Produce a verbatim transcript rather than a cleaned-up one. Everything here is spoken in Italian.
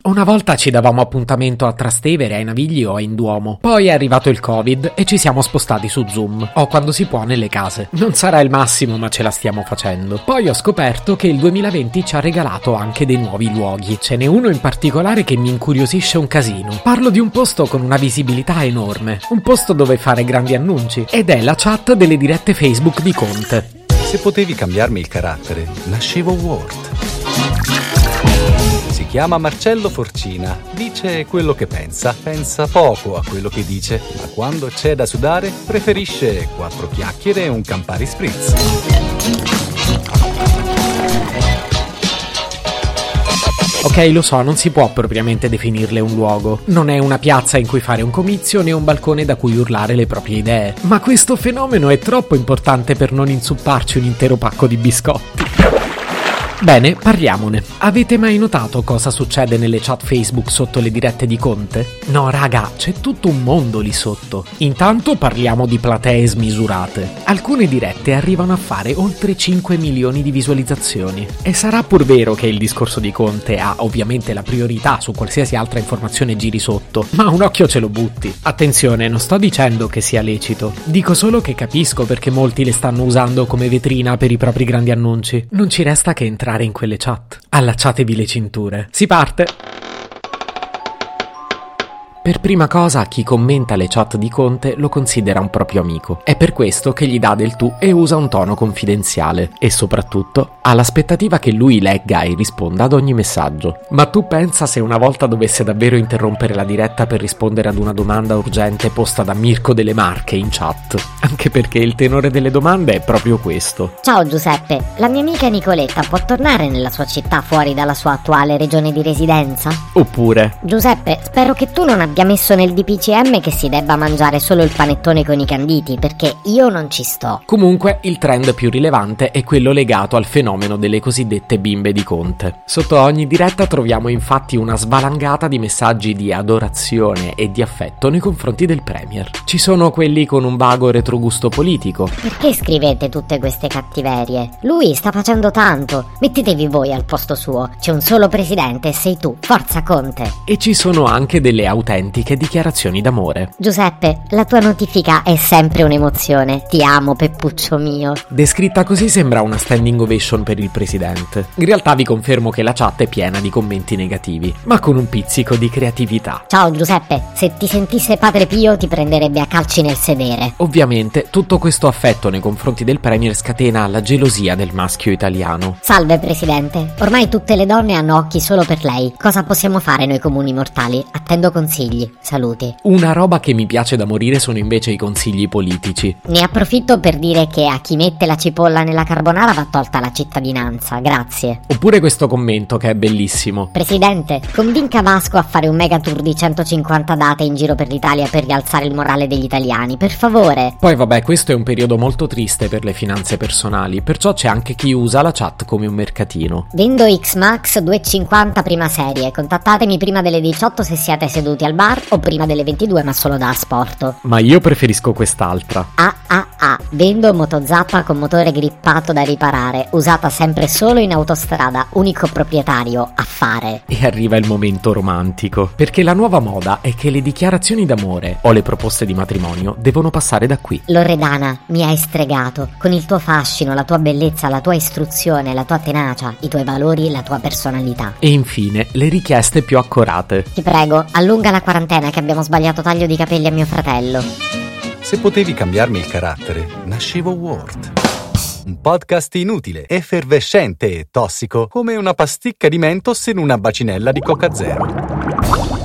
Una volta ci davamo appuntamento a Trastevere, ai Navigli o a Induomo. Poi è arrivato il Covid e ci siamo spostati su Zoom, o quando si può nelle case. Non sarà il massimo, ma ce la stiamo facendo. Poi ho scoperto che il duemilaventi ci ha regalato anche dei nuovi luoghi. Ce n'è uno in particolare che mi incuriosisce un casino. Parlo di un posto con una visibilità enorme, un posto dove fare grandi annunci, ed è la chat delle dirette Facebook di Conte. Se potevi cambiarmi il carattere, nascevo Word. Si chiama Marcello Forcina, dice quello che pensa, pensa poco a quello che dice, ma quando c'è da sudare preferisce quattro chiacchiere e un Campari Spritz. Ok, lo so, non si può propriamente definirle un luogo. Non è una piazza in cui fare un comizio né un balcone da cui urlare le proprie idee. Ma questo fenomeno è troppo importante per non inzupparci un intero pacco di biscotti. Bene, parliamone. Avete mai notato cosa succede nelle chat Facebook sotto le dirette di Conte? No, raga, c'è tutto un mondo lì sotto. Intanto parliamo di platee smisurate. Alcune dirette arrivano a fare oltre cinque milioni di visualizzazioni. E sarà pur vero che il discorso di Conte ha ovviamente la priorità su qualsiasi altra informazione giri sotto, ma un occhio ce lo butti. Attenzione, non sto dicendo che sia lecito. Dico solo che capisco perché molti le stanno usando come vetrina per i propri grandi annunci. Non ci resta che entrare in quelle chat. Allacciatevi le cinture. Si parte! Per prima cosa, chi commenta le chat di Conte lo considera un proprio amico. È per questo che gli dà del tu e usa un tono confidenziale. E soprattutto ha l'aspettativa che lui legga e risponda ad ogni messaggio. Ma tu pensa se una volta dovesse davvero interrompere la diretta per rispondere ad una domanda urgente posta da Mirko delle Marche in chat? Anche perché il tenore delle domande è proprio questo. Ciao Giuseppe, la mia amica Nicoletta può tornare nella sua città fuori dalla sua attuale regione di residenza? Oppure: Giuseppe, spero che tu non abbia messo nel D P C M che si debba mangiare solo il panettone con i canditi, perché io non ci sto. Comunque, il trend più rilevante è quello legato al fenomeno delle cosiddette bimbe di Conte. Sotto ogni diretta troviamo infatti una svalangata di messaggi di adorazione e di affetto nei confronti del premier. Ci sono quelli con un vago retrogusto politico. Perché scrivete tutte queste cattiverie? Lui sta facendo tanto. Mettetevi voi al posto suo. C'è un solo presidente e sei tu. Forza Conte. E ci sono anche delle autentiche dichiarazioni d'amore. Giuseppe, la tua notifica è sempre un'emozione. Ti amo, Peppuccio mio. Descritta così sembra una standing ovation per il presidente. In realtà vi confermo che la chat è piena di commenti negativi, ma con un pizzico di creatività. Ciao Giuseppe, se ti sentisse Padre Pio ti prenderebbe a calci nel sedere. Ovviamente tutto questo affetto nei confronti del premier scatena la gelosia del maschio italiano. Salve presidente, ormai tutte le donne hanno occhi solo per lei. Cosa possiamo fare noi comuni mortali? Attendo consigli. Saluti. Una roba che mi piace da morire sono invece i consigli politici. Ne approfitto per dire che a chi mette la cipolla nella carbonara va tolta la cittadinanza, grazie. Oppure questo commento che è bellissimo. Presidente, convinca Vasco a fare un mega tour di centocinquanta date in giro per l'Italia per rialzare il morale degli italiani, per favore. Poi vabbè, questo è un periodo molto triste per le finanze personali, perciò c'è anche chi usa la chat come un mercatino. Vendo X-Max due e cinquanta prima serie, contattatemi prima delle diciotto se siete seduti al bar o prima delle ventidue ma solo da asporto. Ma io preferisco quest'altra. Ah ah ah, vendo motozappa con motore grippato da riparare, usata sempre solo in autostrada, unico proprietario, affare. E arriva il momento romantico, perché la nuova moda è che le dichiarazioni d'amore o le proposte di matrimonio devono passare da qui. Loredana, mi hai stregato, con il tuo fascino, la tua bellezza, la tua istruzione, la tua tenacia, i tuoi valori, la tua personalità. E infine, le richieste più accorate. Ti prego, allunga la quarantena che abbiamo sbagliato taglio di capelli a mio fratello. Se potevi cambiarmi il carattere, nascevo Word. Un podcast inutile, effervescente e tossico, come una pasticca di Mentos in una bacinella di Coca Zero.